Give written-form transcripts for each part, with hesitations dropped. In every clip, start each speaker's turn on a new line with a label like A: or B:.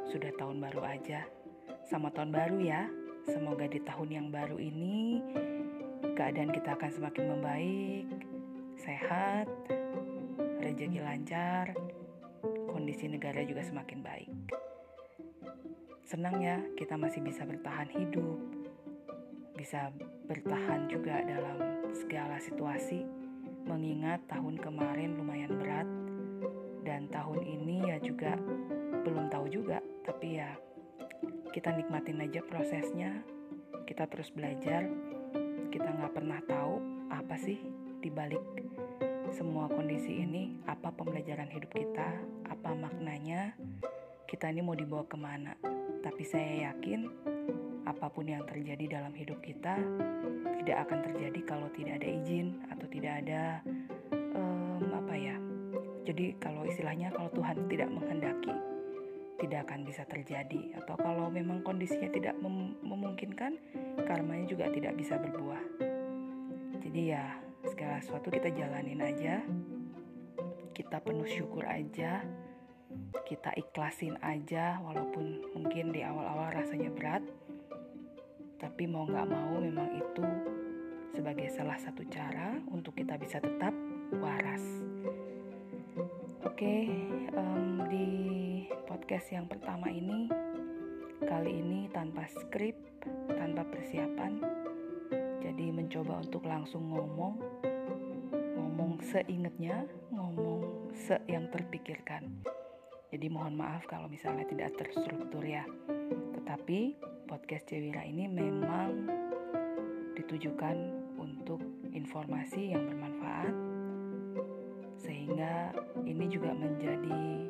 A: sudah tahun baru aja. Selamat tahun baru ya. Semoga di tahun yang baru ini keadaan kita akan semakin membaik, sehat, rezeki lancar, kondisi negara juga semakin baik. Senang ya kita masih bisa bertahan hidup, bisa bertahan juga dalam segala situasi, mengingat tahun kemarin lumayan berat dan tahun ini ya juga belum tahu juga, tapi ya kita nikmatin aja prosesnya, kita terus belajar, kita gak pernah tahu apa sih dibalik semua kondisi ini, apa pembelajaran hidup kita, apa maknanya, kita ini mau dibawa kemana. Tapi saya yakin apapun yang terjadi dalam hidup kita tidak akan terjadi kalau tidak ada izin atau tidak ada jadi kalau istilahnya kalau Tuhan tidak menghendaki tidak akan bisa terjadi, atau kalau memang kondisinya tidak memungkinkan, karmanya juga tidak bisa berbuah. Jadi ya segala sesuatu kita jalanin aja, kita penuh syukur aja, kita ikhlasin aja, walaupun mungkin di awal-awal rasanya berat, tapi mau gak mau memang itu sebagai salah satu cara untuk kita bisa tetap waras. Oke, di podcast yang pertama ini, kali ini tanpa skrip, tanpa persiapan, jadi mencoba untuk langsung ngomong seingetnya, ngomong yang terpikirkan. Jadi mohon maaf kalau misalnya tidak terstruktur ya. Tetapi podcast Cewira ini memang ditujukan untuk informasi yang bermanfaat, sehingga ini juga menjadi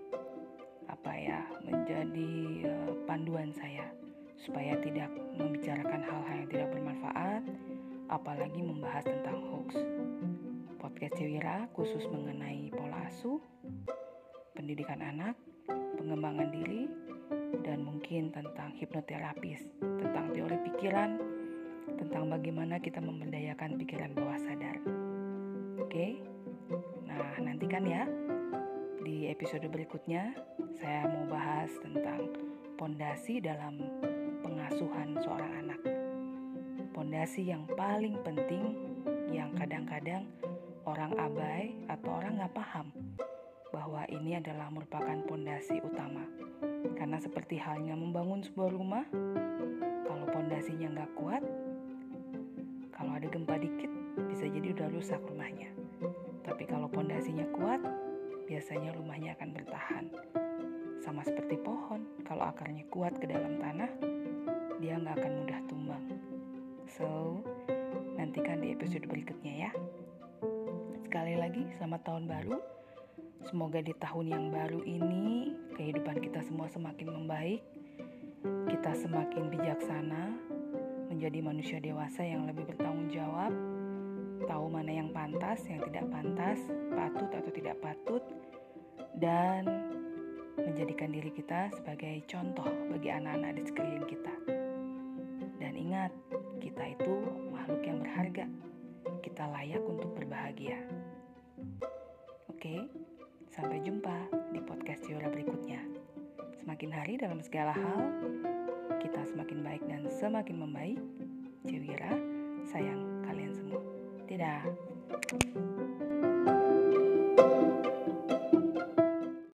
A: panduan saya supaya tidak membicarakan hal-hal yang tidak bermanfaat, apalagi membahas tentang hoax. Podcast Cewira khusus mengenai pola asuh, pendidikan anak, pengembangan diri, dan mungkin tentang hipnoterapis, tentang teori pikiran, tentang bagaimana kita memberdayakan pikiran bawah sadar. Oke? Nah, nantikan ya di episode berikutnya saya mau bahas tentang pondasi dalam pengasuhan seorang anak. Pondasi yang paling penting yang kadang-kadang orang abai atau orang gak paham bahwa ini adalah merupakan pondasi utama. Karena seperti halnya membangun sebuah rumah, kalau pondasinya gak kuat, kalau ada gempa dikit bisa jadi udah rusak rumahnya. Tapi kalau pondasinya kuat, biasanya rumahnya akan bertahan. Sama seperti pohon, kalau akarnya kuat ke dalam tanah, dia gak akan mudah tumbang. So, nantikan di episode berikutnya ya. Sekali lagi, selamat tahun baru. Semoga di tahun yang baru ini, kehidupan kita semua semakin membaik. Kita semakin bijaksana, menjadi manusia dewasa yang lebih bertanggung jawab, tahu mana yang pantas, yang tidak pantas, patut atau tidak patut, dan menjadikan diri kita sebagai contoh bagi anak-anak di sekeliling kita. Dan ingat, kita itu makhluk yang berharga. Kita layak untuk berbahagia. Oke, sampai jumpa di podcast Cewira berikutnya. Semakin hari dalam segala hal, kita semakin baik dan semakin membaik. Cewira, sayang kalian semua. Dadah.